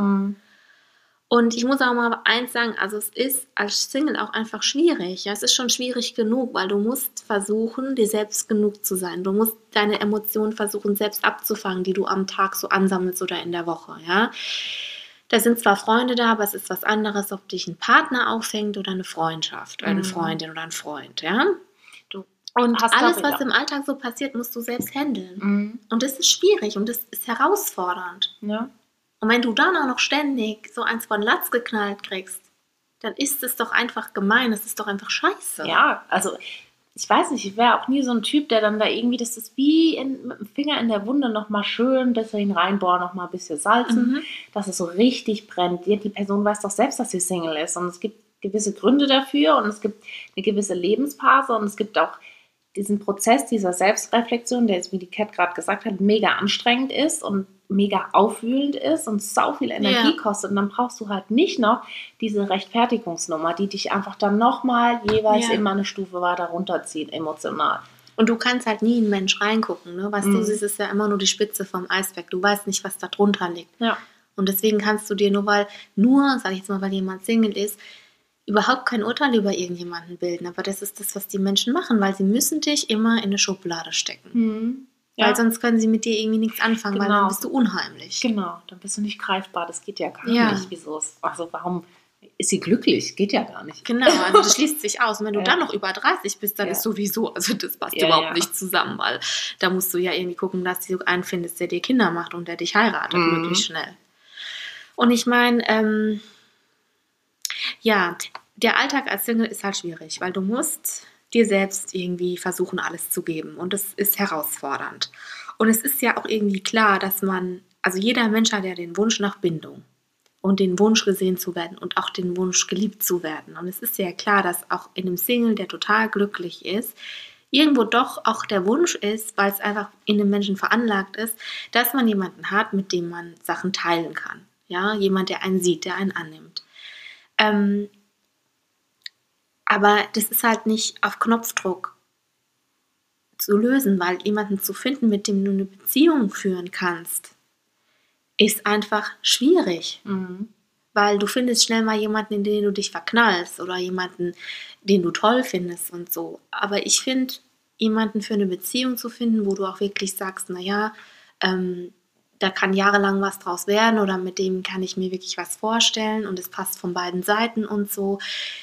Und ich muss auch mal eins sagen, also es ist als Single auch einfach schwierig. Ja? Es ist schon schwierig genug, weil du musst versuchen, dir selbst genug zu sein. Du musst deine Emotionen versuchen, selbst abzufangen, die du am Tag so ansammelst oder in der Woche. Ja? Da sind zwar Freunde da, aber es ist was anderes, ob dich ein Partner auffängt oder eine Freundschaft oder eine Freundin oder ein Freund. Ja? Und alles, was im Alltag so passiert, musst du selbst handeln. Und das ist schwierig und das ist herausfordernd. Ja. Und wenn du dann auch noch ständig so eins von Latz geknallt kriegst, dann ist es doch einfach gemein, das ist doch einfach scheiße. Ja, also ich weiß nicht, ich wäre auch nie so ein Typ, der dann da irgendwie, das ist wie mit dem Finger in der Wunde nochmal schön, bisschen reinbohren, nochmal ein bisschen salzen, dass es so richtig brennt. Die Person weiß doch selbst, dass sie Single ist und es gibt gewisse Gründe dafür und es gibt eine gewisse Lebensphase und es gibt auch diesen Prozess dieser Selbstreflexion, der, wie die Kat gerade gesagt hat, mega anstrengend ist und mega aufwühlend ist und sau viel Energie kostet. Und dann brauchst du halt nicht noch diese Rechtfertigungsnummer, die dich einfach dann nochmal jeweils immer eine Stufe weiter runterzieht, emotional. Und du kannst halt nie in einen Mensch reingucken. Ne? Was du siehst, ist ja immer nur die Spitze vom Eisberg. Du weißt nicht, was da drunter liegt. Ja. Und deswegen kannst du dir weil jemand Single ist, überhaupt kein Urteil über irgendjemanden bilden. Aber das ist das, was die Menschen machen, weil sie müssen dich immer in eine Schublade stecken. Ja. Weil sonst können sie mit dir irgendwie nichts anfangen, weil dann bist du unheimlich. Genau, dann bist du nicht greifbar. Das geht ja gar nicht. Wieso? Also warum ist sie glücklich? Geht ja gar nicht. Genau, also das schließt sich aus. Und wenn du dann noch über 30 bist, dann ist sowieso, also das passt überhaupt nicht zusammen, weil da musst du ja irgendwie gucken, dass du einen findest, der dir Kinder macht und der dich heiratet, möglichst schnell. Und ich meine, der Alltag als Single ist halt schwierig, weil du musst dir selbst irgendwie versuchen, alles zu geben. Und das ist herausfordernd. Und es ist ja auch irgendwie klar, dass also jeder Mensch hat ja den Wunsch nach Bindung und den Wunsch gesehen zu werden und auch den Wunsch geliebt zu werden. Und es ist ja klar, dass auch in einem Single, der total glücklich ist, irgendwo doch auch der Wunsch ist, weil es einfach in dem Menschen veranlagt ist, dass man jemanden hat, mit dem man Sachen teilen kann. Ja, jemand, der einen sieht, der einen annimmt. Aber das ist halt nicht auf Knopfdruck zu lösen, weil jemanden zu finden, mit dem du eine Beziehung führen kannst, ist einfach schwierig. Mhm. Weil du findest schnell mal jemanden, in den du dich verknallst oder jemanden, den du toll findest und so. Aber ich finde, jemanden für eine Beziehung zu finden, wo du auch wirklich sagst, naja, da kann jahrelang was draus werden oder mit dem kann ich mir wirklich was vorstellen und es passt von beiden Seiten und so.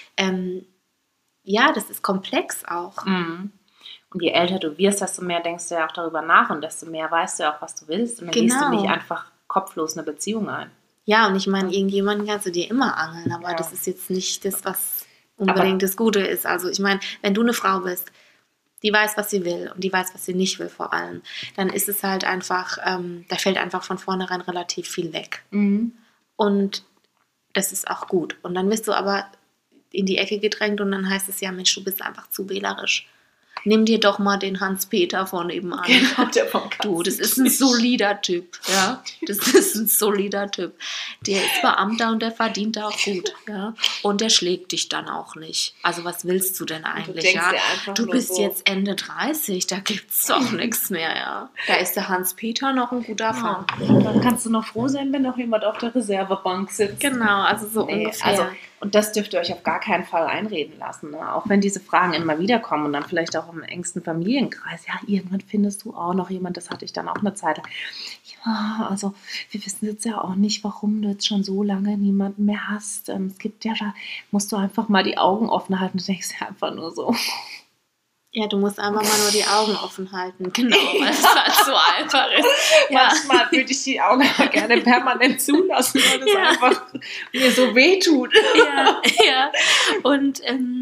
Ja, das ist komplex auch. Mhm. Und je älter du wirst, desto mehr denkst du ja auch darüber nach und desto mehr weißt du ja auch, was du willst. Und dann gehst du nicht einfach kopflos eine Beziehung ein. Ja, und ich meine, irgendjemanden kannst du dir immer angeln, aber das ist jetzt nicht das, was unbedingt das Gute ist. Also ich meine, wenn du eine Frau bist, die weiß, was sie will und die weiß, was sie nicht will vor allem, dann ist es halt einfach, da fällt einfach von vornherein relativ viel weg. Mhm. Und das ist auch gut. Und dann wirst du aber in die Ecke gedrängt und dann heißt es ja, Mensch, du bist einfach zu wählerisch. Nimm dir doch mal den Hans-Peter von nebenan. Genau, der vom Du, das ist ein solider Typ. Ja? Das ist ein solider Typ. Der ist Beamter und der verdient auch gut. Ja? Und der schlägt dich dann auch nicht. Also was willst du denn eigentlich? Du bist jetzt Ende 30, da gibt's doch nichts mehr. Ja? Da ist der Hans-Peter noch ein guter Fang. Dann kannst du noch froh sein, wenn noch jemand auf der Reservebank sitzt. Genau, also so ungefähr. Also, und das dürft ihr euch auf gar keinen Fall einreden lassen. Ne? Auch wenn diese Fragen immer wieder kommen und dann vielleicht auch im engsten Familienkreis. Ja, irgendwann findest du auch noch jemand, das hatte ich dann auch eine Zeit lang. Ja, also wir wissen jetzt ja auch nicht, warum du jetzt schon so lange niemanden mehr hast. Es gibt ja, da musst du einfach mal die Augen offen halten. Du denkst ja einfach nur so. Ja, du musst einfach mal nur die Augen offen halten. Genau, weil es halt so einfach ist. Ja. Manchmal würde ich die Augen aber gerne permanent zulassen, weil es einfach mir so wehtut. Ja. Und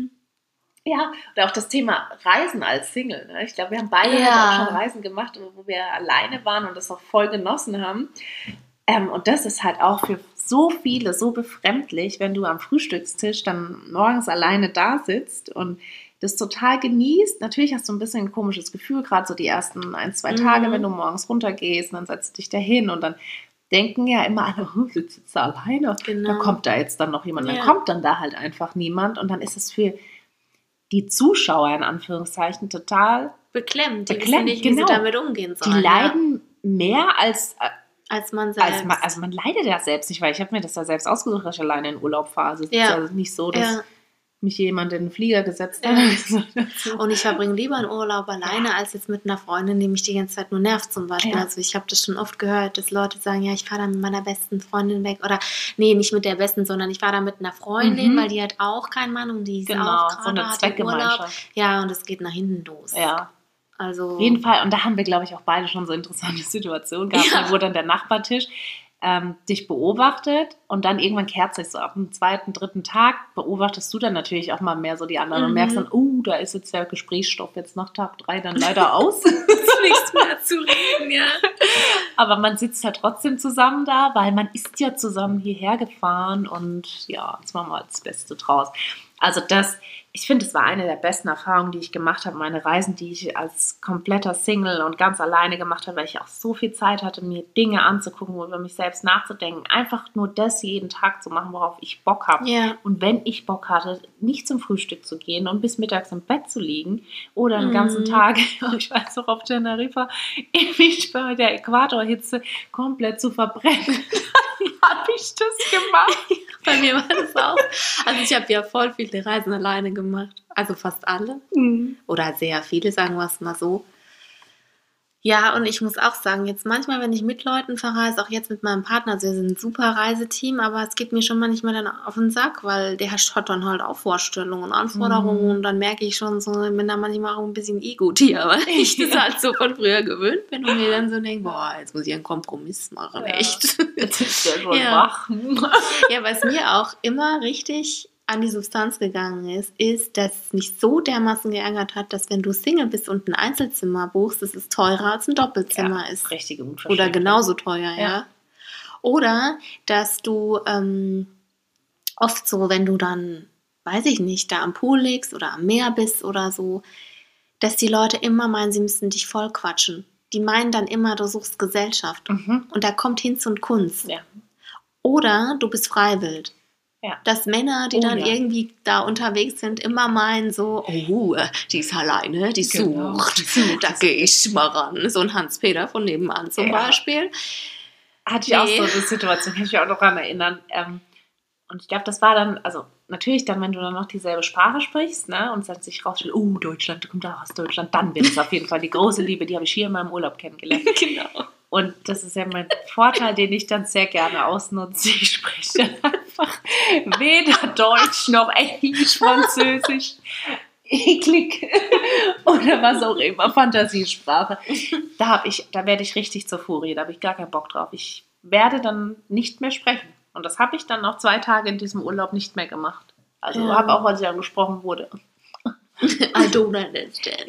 ja, und auch das Thema Reisen als Single. Ne? Ich glaube, wir haben beide halt auch schon Reisen gemacht, wo wir alleine waren und das auch voll genossen haben. Und das ist halt auch für so viele so befremdlich, wenn du am Frühstückstisch dann morgens alleine da sitzt und das total genießt. Natürlich hast du ein bisschen ein komisches Gefühl, gerade so die ersten 1-2 Tage, wenn du morgens runtergehst und dann setzt du dich da hin und dann denken ja immer alle, sitzt jetzt da alleine, da kommt da jetzt dann noch jemand. Dann kommt dann da halt einfach niemand und dann ist es für die Zuschauer in Anführungszeichen total beklemmt. Die wissen nicht, wie sie damit umgehen sollen. Die leiden mehr als man selbst. Also man leidet ja selbst nicht, weil ich habe mir das ja selbst ausgesucht, dass ich alleine in Urlaub fahre. Also es ist ja nicht so, dass mich jemand in den Flieger gesetzt hat. Und ich verbringe lieber einen Urlaub alleine, als jetzt mit einer Freundin, die mich die ganze Zeit nur nervt zum Beispiel. Ja. Also ich habe das schon oft gehört, dass Leute sagen, ja, ich fahre dann mit meiner besten Freundin weg. Oder nee, nicht mit der besten, sondern ich fahre dann mit einer Freundin, weil die hat auch keinen Mann und die ist auch gerade so eine Zweckgemeinschaft. Urlaub. Ja, und es geht nach hinten los. Ja. Also auf jeden Fall. Und da haben wir, glaube ich, auch beide schon so interessante Situationen gehabt, wo dann der Nachbartisch dich beobachtet und dann irgendwann kehrt sich so ab dem 2., 3. Tag beobachtest du dann natürlich auch mal mehr so die anderen und merkst dann, da ist jetzt der Gesprächsstoff jetzt nach Tag 3 dann leider aus. ist nichts mehr zu reden, ja. Aber man sitzt ja trotzdem zusammen da, weil man ist ja zusammen hierher gefahren und ja, jetzt machen wir das Beste draus. Also ich finde, es war eine der besten Erfahrungen, die ich gemacht habe. Meine Reisen, die ich als kompletter Single und ganz alleine gemacht habe, weil ich auch so viel Zeit hatte, mir Dinge anzugucken, über mich selbst nachzudenken. Einfach nur das jeden Tag zu machen, worauf ich Bock habe. Yeah. Und wenn ich Bock hatte, nicht zum Frühstück zu gehen und bis mittags im Bett zu liegen oder den ganzen Tag, ich weiß noch, auf Teneriffa, mich bei der Äquatorhitze komplett zu verbrennen. Habe ich das gemacht? Bei mir war das auch. Also ich habe ja voll viele Reisen alleine gemacht. Also fast alle. Oder sehr viele, sagen wir es mal so. Ja, und ich muss auch sagen, jetzt manchmal, wenn ich mit Leuten verreise, auch jetzt mit meinem Partner, also wir sind ein super Reiseteam, aber es geht mir schon manchmal dann auf den Sack, weil der hat dann halt auch Vorstellungen und Anforderungen und dann merke ich schon so, ich bin da manchmal auch ein bisschen Ego-Tier, weil ich das halt so von früher gewöhnt bin und mir dann so denke, boah, jetzt muss ich einen Kompromiss machen, echt. Jetzt ist der schon wach. Ja, was mir auch immer richtig an die Substanz gegangen ist, dass es mich so dermaßen geärgert hat, dass wenn du Single bist und ein Einzelzimmer buchst, dass es teurer als ein Doppelzimmer ist. Richtige Unverschämtheit. Oder genauso teuer, ja. Oder, dass du oft so, wenn du dann, weiß ich nicht, da am Pool liegst oder am Meer bist oder so, dass die Leute immer meinen, sie müssen dich voll quatschen. Die meinen dann immer, du suchst Gesellschaft. Und da kommt Hinz und Kunz. Ja. Oder du bist freiwillig. Ja. Dass Männer, die Oh, dann ja. irgendwie da unterwegs sind, immer meinen so, oh, die ist alleine, die Genau, sucht, die sucht. da gehe ich mal ran. So ein Hans-Peter von nebenan zum Ja. Beispiel. Hatte ich auch Nee. so eine Situation, kann ich mich auch noch daran erinnern. Und ich glaube, das war dann, also natürlich dann, wenn du dann noch dieselbe Sprache sprichst, ne, und es dann sich rausstellt, oh, Deutschland, du kommst auch aus Deutschland, dann wird es auf jeden Fall die große Liebe, die habe ich hier in meinem Urlaub kennengelernt. Genau. Und das ist ja mein Vorteil, den ich dann sehr gerne ausnutze. Ich spreche dann einfach weder Deutsch noch Englisch, Französisch, eklig oder was auch immer, Fantasiesprache. Da werde ich richtig zur Furie, da habe ich gar keinen Bock drauf. Ich werde dann nicht mehr sprechen. Und das habe ich dann noch 2 Tage in diesem Urlaub nicht mehr gemacht. Also Ja. habe auch, als ich angesprochen wurde. I don't understand.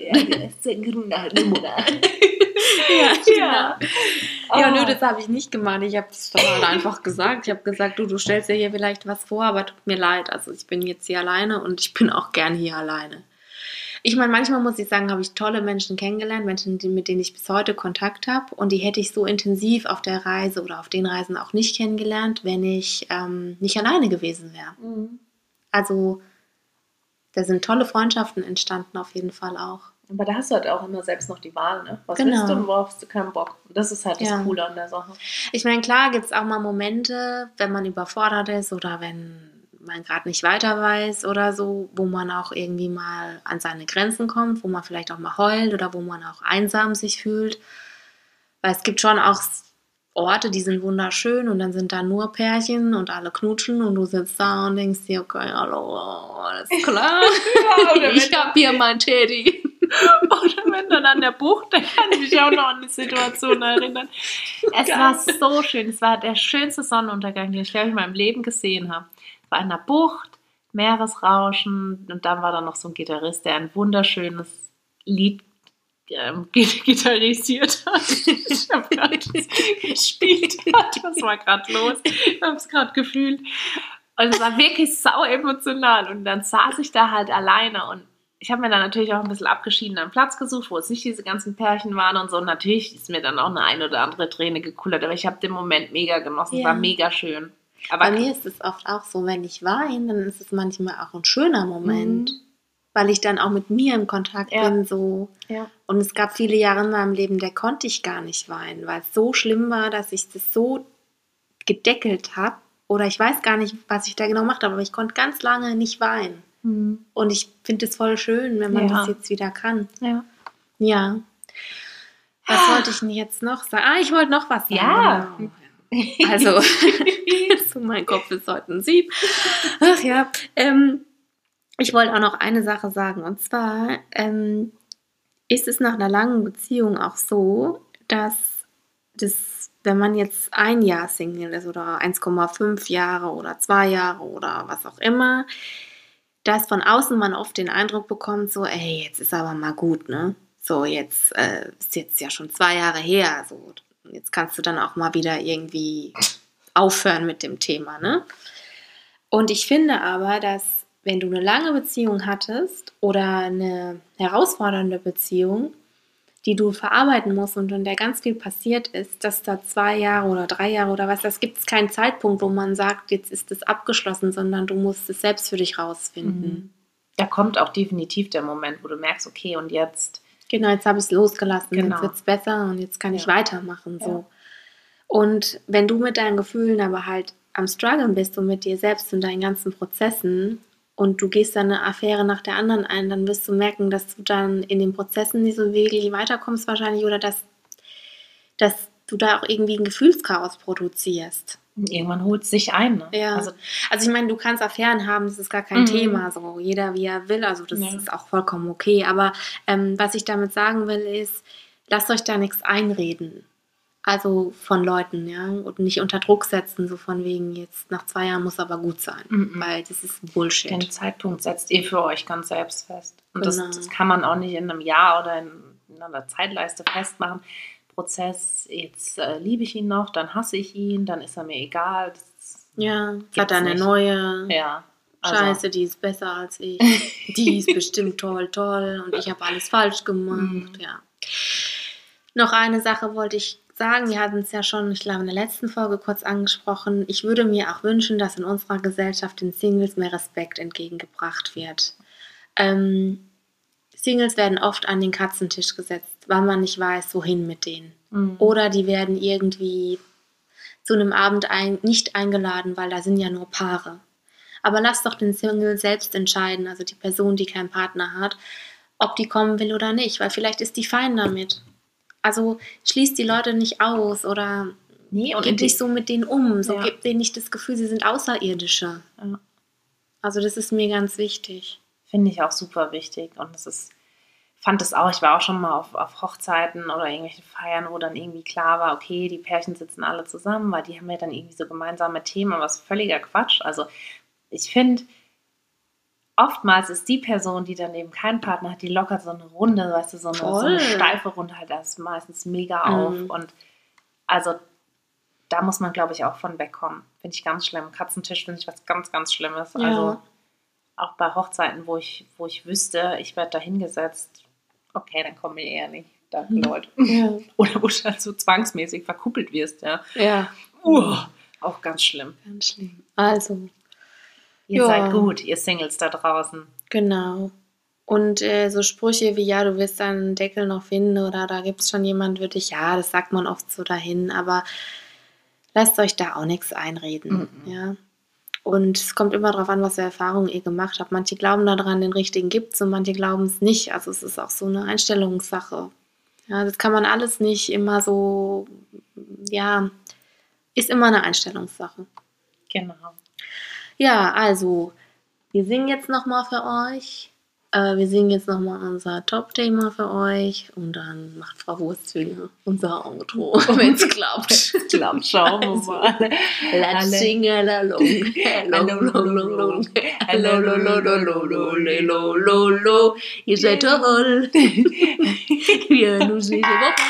Ja, Ja. Ja, nö, das habe ich nicht gemacht. Ich habe es dann halt einfach gesagt. Ich habe gesagt, du stellst dir hier vielleicht was vor, aber tut mir leid. Also ich bin jetzt hier alleine und ich bin auch gern hier alleine. Ich meine, manchmal muss ich sagen, habe ich tolle Menschen kennengelernt, Menschen, mit denen ich bis heute Kontakt habe. Und die hätte ich so intensiv auf der Reise oder auf den Reisen auch nicht kennengelernt, wenn ich nicht alleine gewesen wäre. Also da sind tolle Freundschaften entstanden auf jeden Fall auch. Aber da hast du halt auch immer selbst noch die Wahl, ne? Was Genau. willst du und worauf hast du keinen Bock? Und das ist halt das Ja. Coole an der Sache. Ich meine, klar gibt es auch mal Momente, wenn man überfordert ist oder wenn man gerade nicht weiter weiß oder so, wo man auch irgendwie mal an seine Grenzen kommt, wo man vielleicht auch mal heult oder wo man auch einsam sich fühlt. Weil es gibt schon auch Orte, die sind wunderschön und dann sind da nur Pärchen und alle knutschen und du sitzt da und denkst dir, okay, hallo, alles klar. oder Ich habe hier mein Teddy. Oder wenn dann an der Bucht, da kann ich mich auch noch an die Situation erinnern. Es war so schön. Es war der schönste Sonnenuntergang, den ich, glaube ich, in meinem Leben gesehen habe. Es war in der Bucht, Meeresrauschen und dann war da noch so ein Gitarrist, der ein wunderschönes Lied gitarrisiert hat. Ich habe gerade gespielt hat. Was war gerade los? Ich habe es gerade gefühlt. Und es war wirklich sau emotional. Und dann saß ich da halt alleine und ich habe mir dann natürlich auch ein bisschen abgeschiedenen Platz gesucht, wo es nicht diese ganzen Pärchen waren und so. Und natürlich ist mir dann auch eine oder andere Träne gekullert, aber ich habe den Moment mega genossen. Es Ja. war mega schön. Aber Bei mir ist es oft auch so, wenn ich weine, dann ist es manchmal auch ein schöner Moment, Mhm. weil ich dann auch mit mir im Kontakt Ja. bin. So. Ja. Und es gab viele Jahre in meinem Leben, da konnte ich gar nicht weinen, weil es so schlimm war, dass ich das so gedeckelt habe. Oder ich weiß gar nicht, was ich da genau gemacht habe, aber ich konnte ganz lange nicht weinen. Mhm. Und ich finde es voll schön, wenn man Ja. das jetzt wieder kann. Ja. Ja. Was wollte ich denn jetzt noch sagen? Ich wollte noch was sagen. Ja. Genau. Also, so mein Kopf ist heute ein Sieb. Ach ja. Ich wollte auch noch eine Sache sagen. Und zwar ist es nach einer langen Beziehung auch so, dass wenn man jetzt 1 Jahr Single ist oder 1,5 Jahre oder 2 Jahre oder was auch immer, dass von außen man oft den Eindruck bekommt, so, ey, jetzt ist aber mal gut, ne? So, jetzt ist jetzt ja schon 2 Jahre her, so, jetzt kannst du dann auch mal wieder irgendwie aufhören mit dem Thema, ne? Und ich finde aber, dass wenn du eine lange Beziehung hattest oder eine herausfordernde Beziehung, die du verarbeiten musst und in der ganz viel passiert ist, dass da 2 Jahre oder 3 Jahre oder was, das gibt es keinen Zeitpunkt, wo man sagt, jetzt ist es abgeschlossen, sondern du musst es selbst für dich rausfinden. Da kommt auch definitiv der Moment, wo du merkst, okay, und jetzt. Genau, jetzt habe ich es losgelassen, Genau. jetzt wird es besser und jetzt kann ich Ja. weitermachen. So. Ja. Und wenn du mit deinen Gefühlen aber halt am Struggeln bist und mit dir selbst und deinen ganzen Prozessen und du gehst dann eine Affäre nach der anderen ein, dann wirst du merken, dass du dann in den Prozessen nicht so wirklich weiterkommst wahrscheinlich oder dass du da auch irgendwie ein Gefühlschaos produzierst. Irgendwann holt es sich ein. Ne? Ja. Also, Also ich meine, du kannst Affären haben, das ist gar kein Mhm. Thema, so jeder wie er will, also das Ja. ist auch vollkommen okay. Aber was ich damit sagen will, ist, lasst euch da nichts einreden. Also von Leuten, ja, und nicht unter Druck setzen, so von wegen jetzt nach 2 Jahren muss aber gut sein, Mhm. weil das ist Bullshit. den Zeitpunkt setzt ihr für euch ganz selbst fest. Und Genau. das kann man auch nicht in einem Jahr oder in einer Zeitleiste festmachen. Prozess, jetzt liebe ich ihn noch, dann hasse ich ihn, dann ist er mir egal. Das, Ja, es Gibt's hat eine nicht. neue ja. Also, Scheiße, die ist besser als ich. Die ist bestimmt toll und ich habe alles falsch gemacht. Mhm. Ja. Noch eine Sache wollte ich sagen, wir hatten es ja schon, ich glaube, in der letzten Folge kurz angesprochen, ich würde mir auch wünschen, dass in unserer Gesellschaft den Singles mehr Respekt entgegengebracht wird. Singles werden oft an den Katzentisch gesetzt, weil man nicht weiß, wohin mit denen. Oder die werden irgendwie zu einem Abend nicht eingeladen, weil da sind ja nur Paare. Aber lass doch den Single selbst entscheiden, also die Person, die keinen Partner hat, ob die kommen will oder nicht, weil vielleicht ist die fein damit. Also schließt die Leute nicht aus oder geht nicht so mit denen um. So gibt denen nicht das Gefühl, sie sind Außerirdische. Ja. Also das ist mir ganz wichtig. Finde ich auch super wichtig. Und fand es auch, ich war auch schon mal auf Hochzeiten oder irgendwelchen Feiern, wo dann irgendwie klar war, okay, die Pärchen sitzen alle zusammen, weil die haben ja dann irgendwie so gemeinsame Themen, aber es ist völliger Quatsch. Also ich finde, oftmals ist die Person, die dann eben keinen Partner hat, die lockert so eine Runde, weißt du, so eine steife Runde halt das meistens mega auf. Und also da muss man, glaube ich, auch von wegkommen. Finde ich ganz schlimm. Katzentisch finde ich was ganz, ganz Schlimmes. Ja. Also auch bei Hochzeiten, wo ich wüsste, ich werde da hingesetzt, okay, dann kommen wir eher nicht. Danke, Leute. Ja. Oder wo du halt so zwangsmäßig verkuppelt wirst, ja. Ja. Auch ganz schlimm. Ganz schlimm. Also. Ihr seid gut, ihr Singles da draußen. Genau. Und so Sprüche wie, ja, du wirst deinen Deckel noch finden oder da gibt es schon jemand für dich. Ja, das sagt man oft so dahin, aber lasst euch da auch nichts einreden. Ja. Und es kommt immer darauf an, was für Erfahrungen ihr gemacht habt. Manche glauben daran, den richtigen gibt es und manche glauben es nicht. Also es ist auch so eine Einstellungssache. Ja, das kann man alles nicht immer so, ja, ist immer eine Einstellungssache. Genau. Ja, also, wir singen jetzt nochmal für euch. Wir singen jetzt nochmal unser Top-Thema für euch. Und dann macht Frau Wurstfinger unser Outro, wenn es klappt. Klappt, schauen wir mal. Let's sing along. Hello. Ihr seid toll. Wir hören uns nächste Woche.